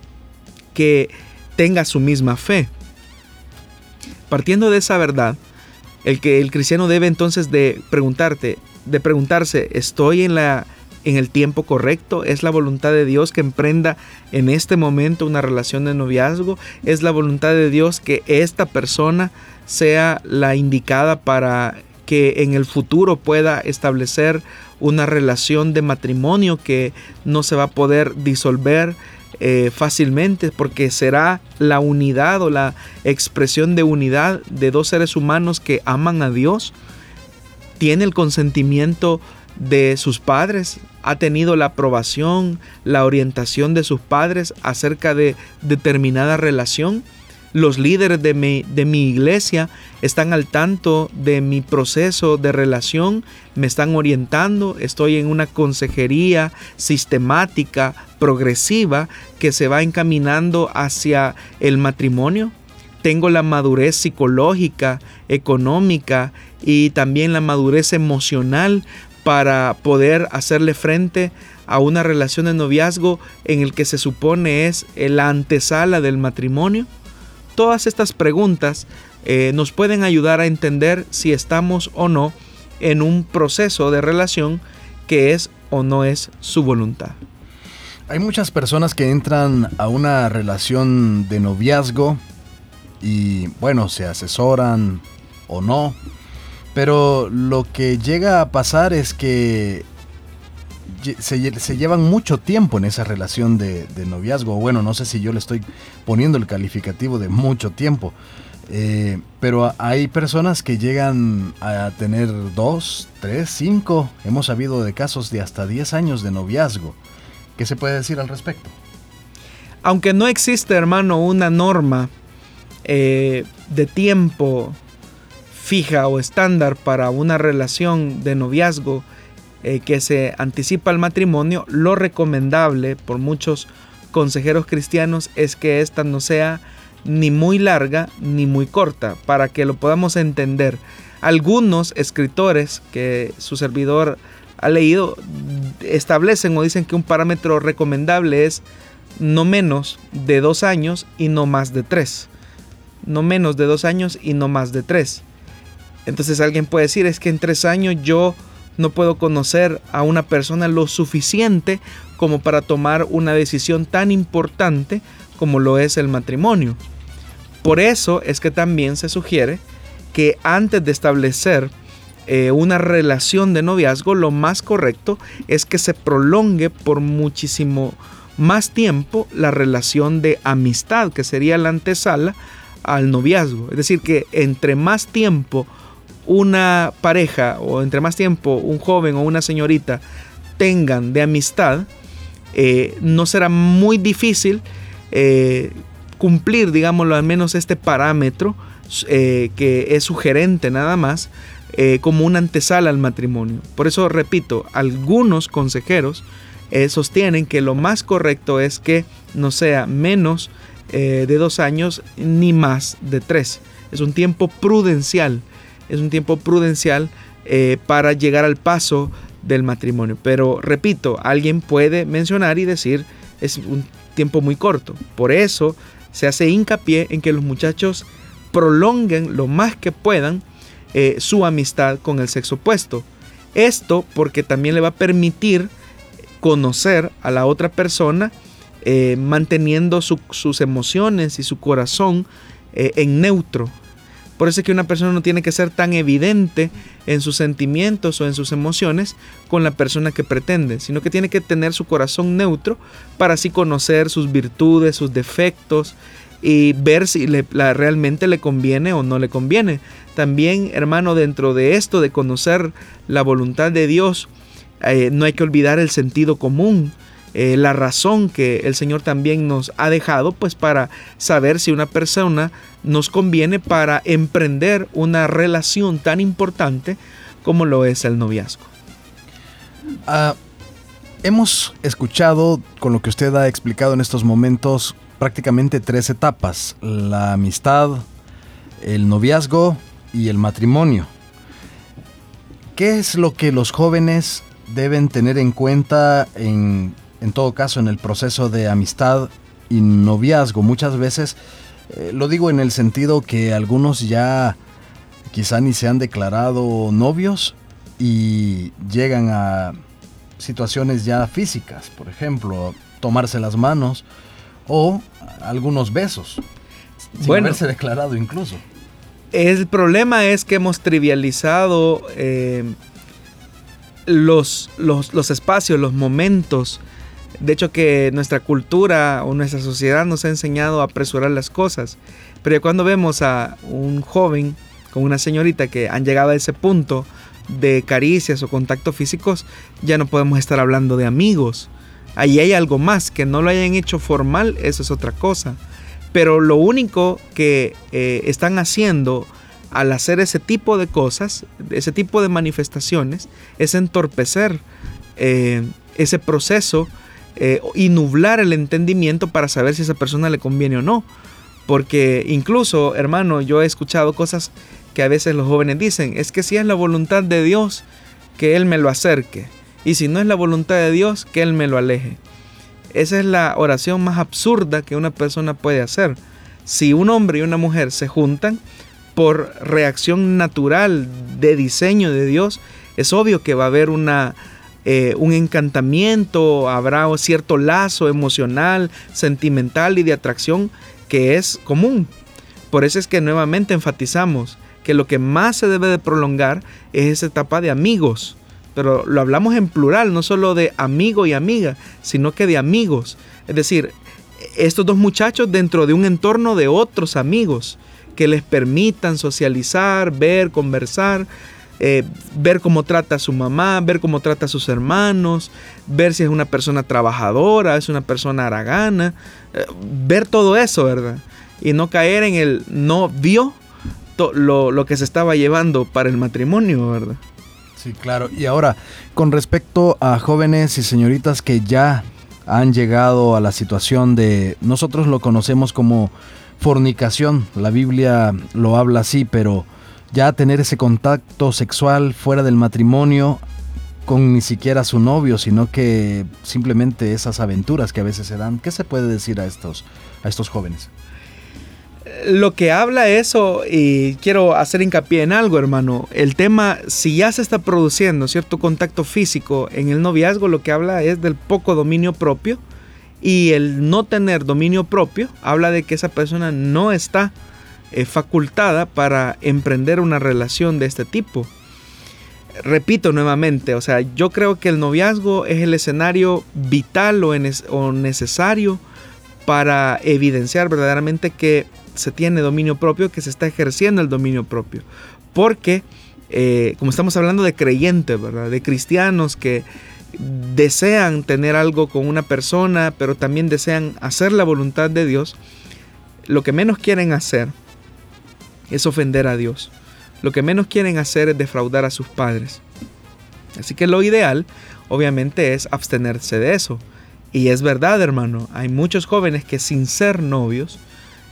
que tenga su misma fe. Partiendo de esa verdad, el cristiano debe entonces de preguntarse, ¿estoy en el tiempo correcto? ¿Es la voluntad de Dios que emprenda en este momento una relación de noviazgo? ¿Es la voluntad de Dios que esta persona sea la indicada para que en el futuro pueda establecer una relación de matrimonio que no se va a poder disolver fácilmente, porque será la unidad o la expresión de unidad de dos seres humanos que aman a Dios? ¿Tiene el consentimiento de sus padres? ¿Ha tenido la aprobación, la orientación de sus padres acerca de determinada relación? Los líderes de mi iglesia están al tanto de mi proceso de relación, me están orientando, estoy en una consejería sistemática, progresiva, que se va encaminando hacia el matrimonio. Tengo la madurez psicológica, económica y también la madurez emocional para poder hacerle frente a una relación de noviazgo en el que se supone es la antesala del matrimonio. Todas estas preguntas nos pueden ayudar a entender si estamos o no en un proceso de relación que es o no es su voluntad. Hay muchas personas que entran a una relación de noviazgo y, bueno, se asesoran o no, pero lo que llega a pasar es que se llevan mucho tiempo en esa relación de noviazgo. Bueno, no sé si yo le estoy poniendo el calificativo de mucho tiempo, pero hay personas que llegan a tener 2, 3, 5, hemos sabido de casos de hasta 10 años de noviazgo. ¿Qué se puede decir al respecto? Aunque no existe, hermano, una norma de tiempo fija o estándar para una relación de noviazgo que se anticipa al matrimonio, lo recomendable por muchos consejeros cristianos es que esta no sea ni muy larga ni muy corta, para que lo podamos entender. Algunos escritores que su servidor ha leído establecen o dicen que un parámetro recomendable es no menos de 2 años y no más de 3. No menos de 2 años y no más de 3. Entonces alguien puede decir, es que en 3 años yo no puedo conocer a una persona lo suficiente como para tomar una decisión tan importante como lo es el matrimonio. Por eso es que también se sugiere que antes de establecer una relación de noviazgo, lo más correcto es que se prolongue por muchísimo más tiempo la relación de amistad, que sería la antesala al noviazgo. Es decir, que entre más tiempo una pareja o entre más tiempo un joven o una señorita tengan de amistad, no será muy difícil cumplir, digámoslo, al menos este parámetro que es sugerente nada más, como una antesala al matrimonio. Por eso, repito, algunos consejeros sostienen que lo más correcto es que no sea menos de 2 años ni más de 3. Es un tiempo prudencial. Es un tiempo prudencial para llegar al paso del matrimonio. Pero repito, alguien puede mencionar y decir es un tiempo muy corto. Por eso se hace hincapié en que los muchachos prolonguen lo más que puedan su amistad con el sexo opuesto. Esto porque también le va a permitir conocer a la otra persona, manteniendo sus emociones y su corazón en neutro. Por eso es que una persona no tiene que ser tan evidente en sus sentimientos o en sus emociones con la persona que pretende, sino que tiene que tener su corazón neutro para así conocer sus virtudes, sus defectos y ver si realmente le conviene o no le conviene. También, hermano, dentro de esto de conocer la voluntad de Dios, no hay que olvidar el sentido común, la razón que el Señor también nos ha dejado, pues para saber si una persona nos conviene para emprender una relación tan importante como lo es el noviazgo. Hemos escuchado, con lo que usted ha explicado en estos momentos, prácticamente 3 etapas: la amistad, el noviazgo y el matrimonio. ¿Qué es lo que los jóvenes deben tener en cuenta en todo caso en el proceso de amistad y noviazgo? Muchas veces, lo digo en el sentido que algunos ya quizá ni se han declarado novios y llegan a situaciones ya físicas, por ejemplo, tomarse las manos o algunos besos, sin haberse declarado incluso. El problema es que hemos trivializado los espacios, los momentos. De hecho, que nuestra cultura o nuestra sociedad nos ha enseñado a apresurar las cosas. Pero cuando vemos a un joven con una señorita que han llegado a ese punto de caricias o contactos físicos, ya no podemos estar hablando de amigos. Ahí hay algo más, que no lo hayan hecho formal, eso es otra cosa. Pero lo único que están haciendo al hacer ese tipo de cosas, ese tipo de manifestaciones, es entorpecer ese proceso y nublar el entendimiento para saber si a esa persona le conviene o no. Porque incluso, hermano, yo he escuchado cosas que a veces los jóvenes dicen: es que si es la voluntad de Dios, que Él me lo acerque, y si no es la voluntad de Dios, que Él me lo aleje. Esa es la oración más absurda que una persona puede hacer. Si un hombre y una mujer se juntan por reacción natural de diseño de Dios, es obvio que va a haber un encantamiento, habrá cierto lazo emocional, sentimental y de atracción que es común. Por eso es que nuevamente enfatizamos que lo que más se debe de prolongar es esa etapa de amigos. Pero lo hablamos en plural, no solo de amigo y amiga, sino que de amigos. Es decir, estos dos muchachos dentro de un entorno de otros amigos que les permitan socializar, ver, conversar, ver cómo trata a su mamá, ver cómo trata a sus hermanos, ver si es una persona trabajadora, es una persona haragana, ver todo eso, ¿verdad? Y no caer en el no vio lo que se estaba llevando para el matrimonio, ¿verdad? Sí, claro. Y ahora, con respecto a jóvenes y señoritas que ya han llegado a la situación de, nosotros lo conocemos como fornicación, la Biblia lo habla así, pero ya tener ese contacto sexual fuera del matrimonio con ni siquiera su novio, sino que simplemente esas aventuras que a veces se dan. ¿Qué se puede decir a estos jóvenes? Lo que habla eso, y quiero hacer hincapié en algo, hermano, el tema, si ya se está produciendo cierto contacto físico en el noviazgo, lo que habla es del poco dominio propio, y el no tener dominio propio habla de que esa persona no está facultada para emprender una relación de este tipo. Repito nuevamente, o sea, yo creo que el noviazgo es el escenario vital o necesario para evidenciar verdaderamente que se tiene dominio propio, que se está ejerciendo el dominio propio. Porque, como estamos hablando de creyentes, ¿verdad? De cristianos que desean tener algo con una persona, pero también desean hacer la voluntad de Dios, lo que menos quieren hacer es ofender a Dios. Lo que menos quieren hacer es defraudar a sus padres. Así que lo ideal, obviamente, es abstenerse de eso. Y es verdad, hermano, hay muchos jóvenes que sin ser novios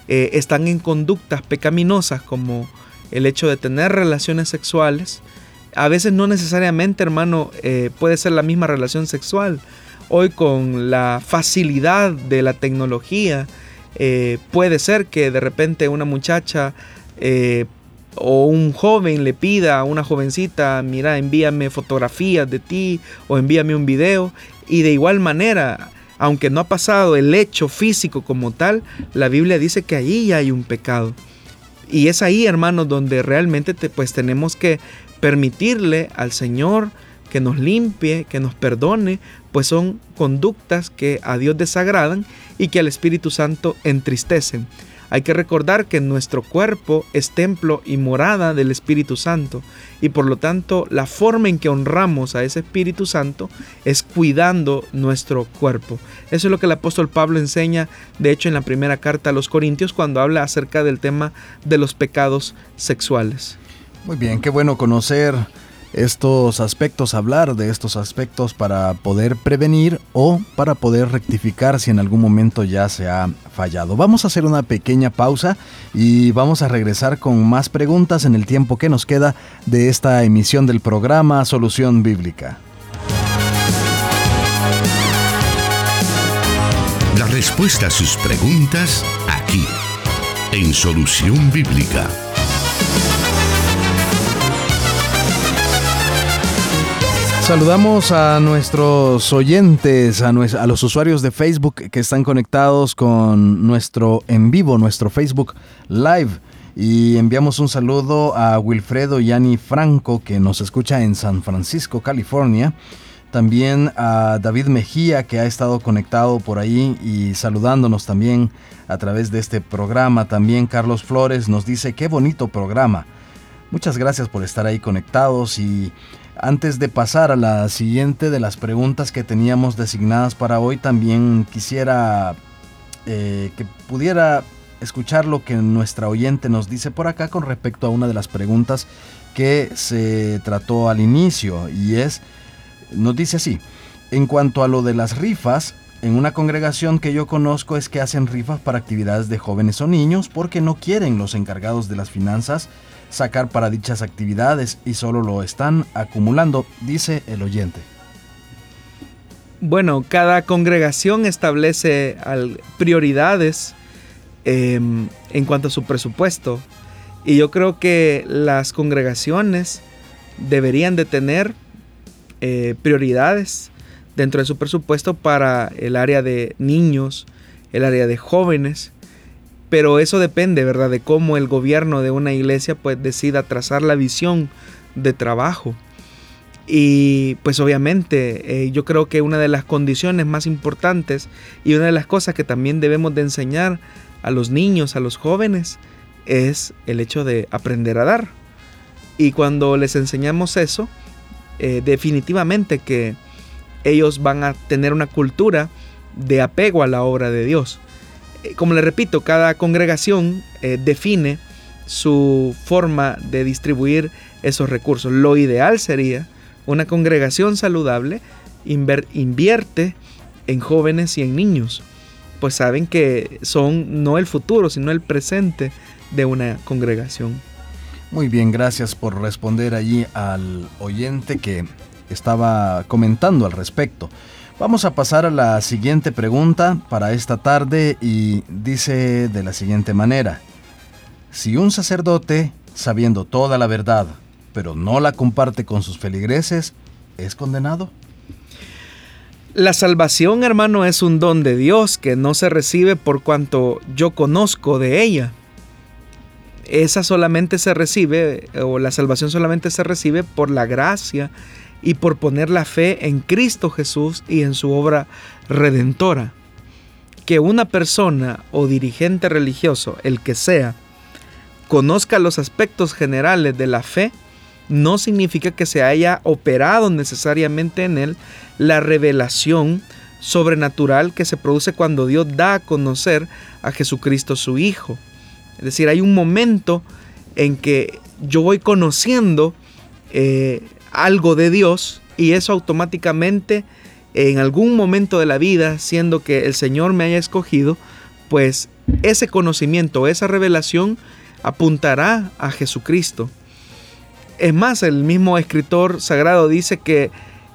están en conductas pecaminosas, como el hecho de tener relaciones sexuales A veces no necesariamente, hermano, puede ser la misma relación sexual. Hoy con la facilidad de la tecnología, puede ser que de repente una muchacha o un joven le pida a una jovencita, mira, envíame fotografías de ti o envíame un video. Y de igual manera, aunque no ha pasado el hecho físico como tal, la Biblia dice que allí ya hay un pecado. Y es ahí, hermanos, donde realmente pues tenemos que permitirle al Señor que nos limpie, que nos perdone, pues son conductas que a Dios desagradan y que al Espíritu Santo entristecen. Hay que recordar que nuestro cuerpo es templo y morada del Espíritu Santo, y por lo tanto la forma en que honramos a ese Espíritu Santo es cuidando nuestro cuerpo. Eso es lo que el apóstol Pablo enseña, de hecho, en la primera carta a los Corintios, cuando habla acerca del tema de los pecados sexuales. Muy bien, qué bueno conocer estos aspectos, hablar de estos aspectos para poder prevenir o para poder rectificar si en algún momento ya se ha fallado. Vamos a hacer una pequeña pausa y vamos a regresar con más preguntas en el tiempo que nos queda de esta emisión del programa Solución Bíblica. La respuesta a sus preguntas aquí, en Solución Bíblica. Saludamos a nuestros oyentes, a los usuarios de Facebook que están conectados con nuestro en vivo, nuestro Facebook Live. Y enviamos un saludo a Wilfredo Yani Franco, que nos escucha en San Francisco, California. También a David Mejía, que ha estado conectado por ahí y saludándonos también a través de este programa. También Carlos Flores nos dice, qué bonito programa. Muchas gracias por estar ahí conectados. Y antes de pasar a la siguiente de las preguntas que teníamos designadas para hoy, también quisiera que pudiera escuchar lo que nuestra oyente nos dice por acá con respecto a una de las preguntas que se trató al inicio, y nos dice así: en cuanto a lo de las rifas, en una congregación que yo conozco es que hacen rifas para actividades de jóvenes o niños porque no quieren los encargados de las finanzas sacar para dichas actividades y solo lo están acumulando, dice el oyente. Bueno, cada congregación establece prioridades en cuanto a su presupuesto, y yo creo que las congregaciones deberían de tener prioridades dentro de su presupuesto para el área de niños, el área de jóvenes. Pero eso depende, ¿verdad?, de cómo el gobierno de una iglesia pues decida trazar la visión de trabajo. Y pues obviamente yo creo que una de las condiciones más importantes y una de las cosas que también debemos de enseñar a los niños, a los jóvenes, es el hecho de aprender a dar. Y cuando les enseñamos eso, definitivamente que ellos van a tener una cultura de apego a la obra de Dios. Como les repito, cada congregación define su forma de distribuir esos recursos. Lo ideal sería una congregación saludable invierte en jóvenes y en niños, pues saben que son no el futuro, sino el presente de una congregación. Muy bien, gracias por responder allí al oyente que estaba comentando al respecto. Vamos a pasar a la siguiente pregunta para esta tarde y dice de la siguiente manera: si un sacerdote, sabiendo toda la verdad, pero no la comparte con sus feligreses, ¿es condenado? La salvación, hermano, es un don de Dios que no se recibe por cuanto yo conozco de ella. Esa solamente se recibe, o la salvación solamente se recibe por la gracia y por poner la fe en Cristo Jesús y en su obra redentora. Que una persona o dirigente religioso, el que sea, conozca los aspectos generales de la fe, no significa que se haya operado necesariamente en él la revelación sobrenatural que se produce cuando Dios da a conocer a Jesucristo su Hijo. Es decir, hay un momento en que yo voy conociendo algo de Dios, y eso automáticamente en algún momento de la vida, siendo que el Señor me haya escogido, pues ese conocimiento, esa revelación apuntará a Jesucristo. Es más, el mismo escritor sagrado dice que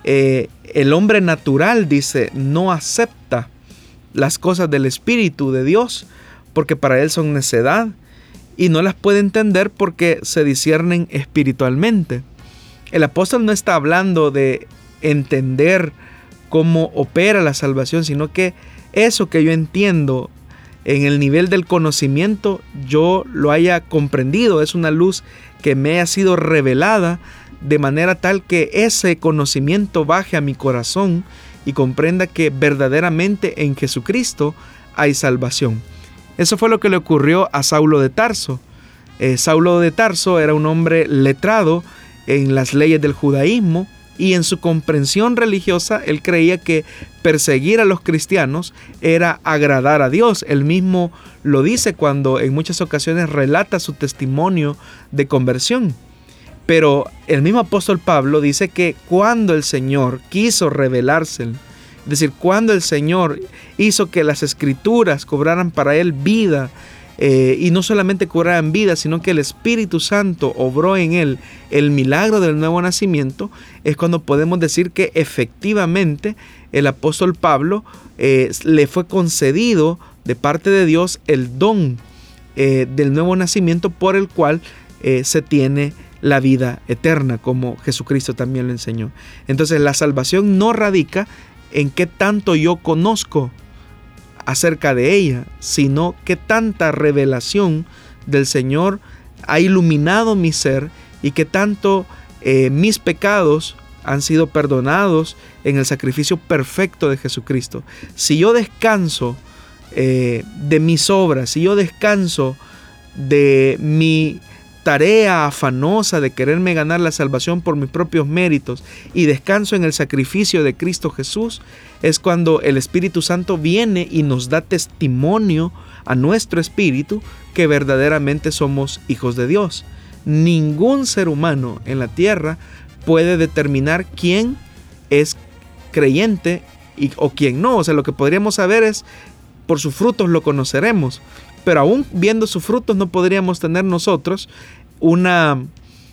el hombre natural, dice, no acepta las cosas del Espíritu de Dios porque para él son necedad y no las puede entender porque se disciernen espiritualmente. El apóstol no está hablando de entender cómo opera la salvación, sino que eso que yo entiendo en el nivel del conocimiento, yo lo haya comprendido. Es una luz que me ha sido revelada de manera tal que ese conocimiento baje a mi corazón y comprenda que verdaderamente en Jesucristo hay salvación. Eso fue lo que le ocurrió a Saulo de Tarso. Saulo de Tarso era un hombre letrado en las leyes del judaísmo y en su comprensión religiosa él creía que perseguir a los cristianos era agradar a Dios. Él mismo lo dice cuando en muchas ocasiones relata su testimonio de conversión. Pero el mismo apóstol Pablo dice que cuando el Señor quiso revelárselo, es decir, cuando el Señor hizo que las Escrituras cobraran para él vida, y no solamente cobraran vida, sino que el Espíritu Santo obró en él el milagro del nuevo nacimiento, es cuando podemos decir que efectivamente el apóstol Pablo le fue concedido de parte de Dios el don del nuevo nacimiento por el cual se tiene la vida eterna, como Jesucristo también lo enseñó. Entonces la salvación no radica en qué tanto yo conozco acerca de ella, sino que tanta revelación del Señor ha iluminado mi ser y que tanto mis pecados han sido perdonados en el sacrificio perfecto de Jesucristo. Si yo descanso de mis obras, si yo descanso de mi tarea afanosa de quererme ganar la salvación por mis propios méritos y descanso en el sacrificio de Cristo Jesús, es cuando el Espíritu Santo viene y nos da testimonio a nuestro espíritu que verdaderamente somos hijos de Dios. Ningún ser humano en la tierra puede determinar quién es creyente o quién no. O sea, lo que podríamos saber es, por sus frutos lo conoceremos. Pero aún viendo sus frutos no podríamos tener nosotros una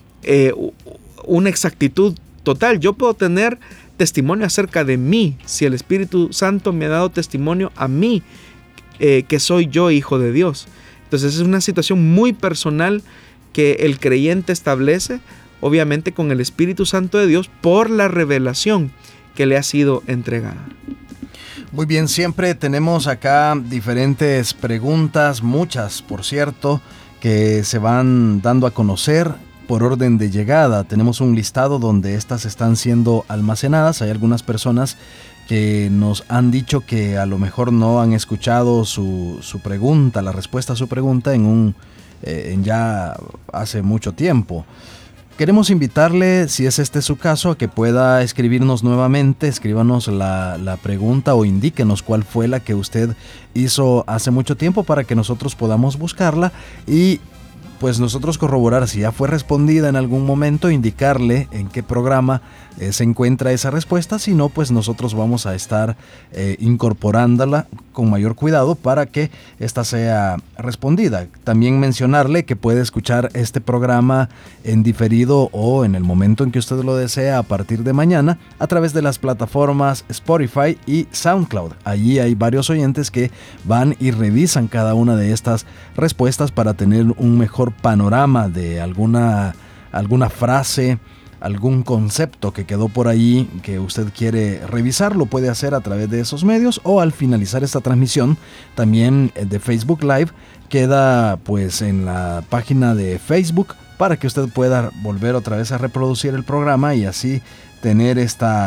exactitud total. Yo puedo tener testimonio acerca de mí, si el Espíritu Santo me ha dado testimonio a mí, que soy yo hijo de Dios. Entonces es una situación muy personal que el creyente establece, obviamente con el Espíritu Santo de Dios, por la revelación que le ha sido entregada. Muy bien, siempre tenemos acá diferentes preguntas, muchas por cierto, que se van dando a conocer por orden de llegada. Tenemos un listado donde estas están siendo almacenadas. Hay algunas personas que nos han dicho que a lo mejor no han escuchado su pregunta, la respuesta a su pregunta en ya hace mucho tiempo. Queremos invitarle, si es este su caso, a que pueda escribirnos nuevamente. Escríbanos la pregunta o indíquenos cuál fue la que usted hizo hace mucho tiempo para que nosotros podamos buscarla y pues nosotros corroborar si ya fue respondida en algún momento, indicarle en qué programa se encuentra esa respuesta. Si no, pues nosotros vamos a estar incorporándola con mayor cuidado para que ésta sea respondida. También mencionarle que puede escuchar este programa en diferido o en el momento en que usted lo desea a partir de mañana a través de las plataformas Spotify y SoundCloud. Allí hay varios oyentes que van y revisan cada una de estas respuestas para tener un mejor panorama de alguna frase, algún concepto que quedó por ahí que usted quiere revisar. Lo puede hacer a través de esos medios o al finalizar esta transmisión también de Facebook Live queda pues en la página de Facebook para que usted pueda volver otra vez a reproducir el programa y así tener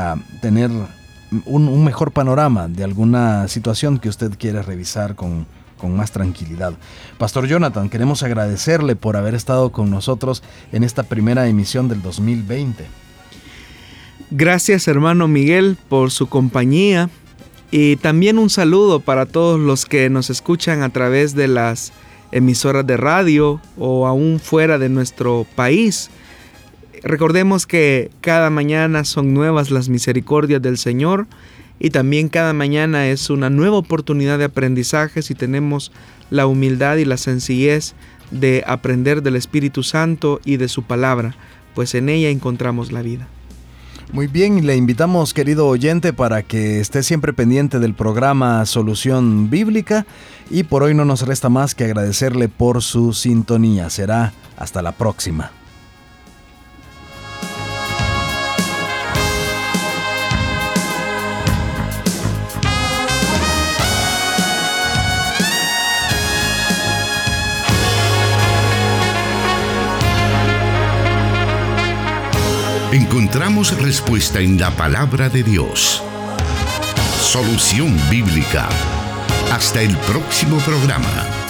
un mejor panorama de alguna situación que usted quiere revisar con más tranquilidad. Pastor Jonathan, queremos agradecerle por haber estado con nosotros en esta primera emisión del 2020. Gracias, hermano Miguel, por su compañía y también un saludo para todos los que nos escuchan a través de las emisoras de radio o aún fuera de nuestro país. Recordemos que cada mañana son nuevas las misericordias del Señor. Y también cada mañana es una nueva oportunidad de aprendizaje si tenemos la humildad y la sencillez de aprender del Espíritu Santo y de su palabra pues en ella encontramos la vida. Muy bien, y le invitamos, querido oyente, para que esté siempre pendiente del programa Solución Bíblica, y por hoy no nos resta más que agradecerle por su sintonía. Será hasta la próxima. Encontramos respuesta en la palabra de Dios. Solución Bíblica. Hasta el próximo programa.